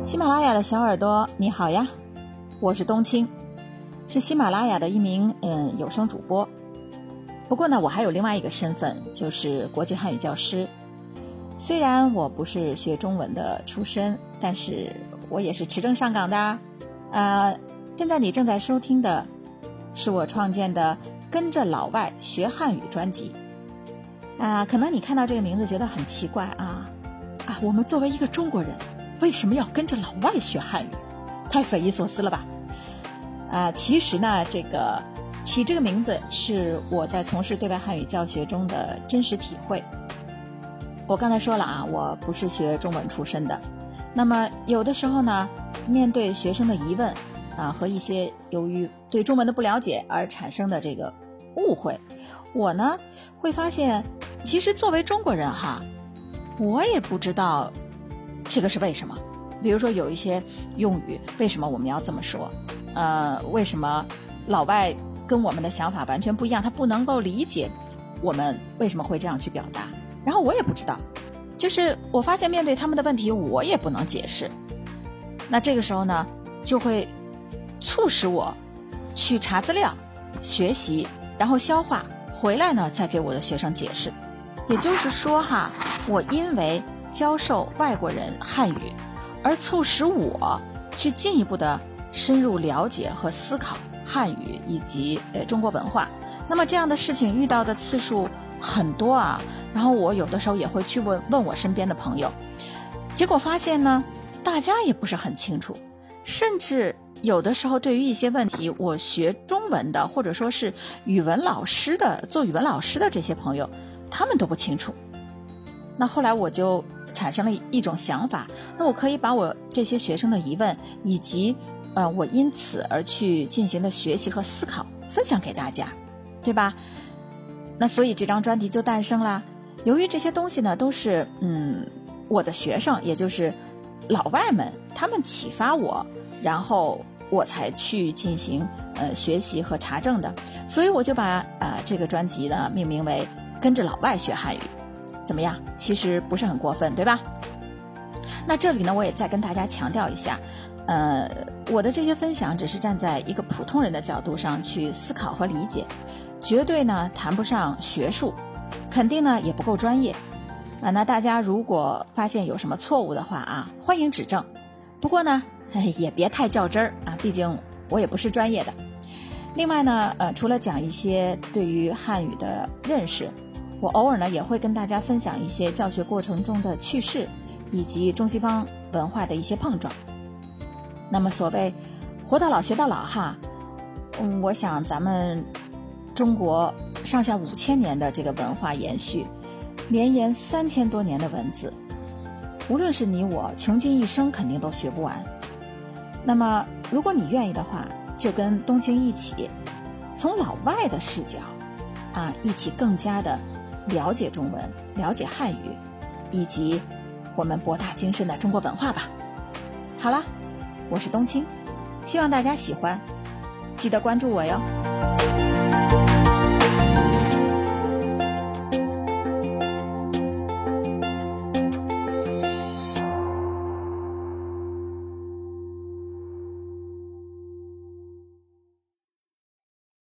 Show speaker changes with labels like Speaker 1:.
Speaker 1: 喜马拉雅的小耳朵你好呀，我是冬青，是喜马拉雅的一名有声主播。不过呢，我还有另外一个身份，就是国际汉语教师。虽然我不是学中文的出身，但是我也是持证上岗的。现在你正在收听的是我创建的跟着老外学汉语专辑。可能你看到这个名字觉得很奇怪我们作为一个中国人，为什么要跟着老外学汉语？太匪夷所思了吧？其实呢，起这个名字是我在从事对外汉语教学中的真实体会。我刚才说了我不是学中文出身的，那么有的时候呢，面对学生的疑问和一些由于对中文的不了解而产生的这个误会，我呢会发现，其实作为中国人我也不知道这个是为什么。比如说有一些用语，为什么我们要这么说？为什么老外跟我们的想法完全不一样？他不能够理解我们为什么会这样去表达。然后我也不知道，就是我发现面对他们的问题，我也不能解释。那这个时候呢，就会促使我去查资料、学习，然后消化，回来呢再给我的学生解释。也就是说我因为教授外国人汉语，而促使我去进一步的深入了解和思考汉语以及中国文化。那么这样的事情遇到的次数很多然后我有的时候也会去问我身边的朋友，结果发现呢，大家也不是很清楚，甚至有的时候对于一些问题，我学中文的或者说是做语文老师的这些朋友，他们都不清楚。那后来我就产生了一种想法，那我可以把我这些学生的疑问以及我因此而去进行的学习和思考分享给大家，对吧？那所以这张专辑就诞生了。由于这些东西呢都是我的学生，也就是老外们，他们启发我，然后我才去进行学习和查证的，所以我就把这个专辑呢命名为跟着老外学汉语。怎么样？其实不是很过分，对吧？那这里呢，我也再跟大家强调一下，我的这些分享只是站在一个普通人的角度上去思考和理解，绝对呢谈不上学术，肯定呢也不够专业。那大家如果发现有什么错误的话欢迎指正。不过呢，也别太较真儿毕竟我也不是专业的。另外呢，除了讲一些对于汉语的认识，我偶尔呢也会跟大家分享一些教学过程中的趣事，以及中西方文化的一些碰撞。那么所谓活到老学到老我想咱们中国上下5000年的这个文化延续，绵延3000多年的文字，无论是你我穷尽一生肯定都学不完。那么如果你愿意的话，就跟冬青一起从老外的视角一起更加的了解中文，了解汉语，以及我们博大精深的中国文化吧。好了，我是冬青，希望大家喜欢，记得关注我哟。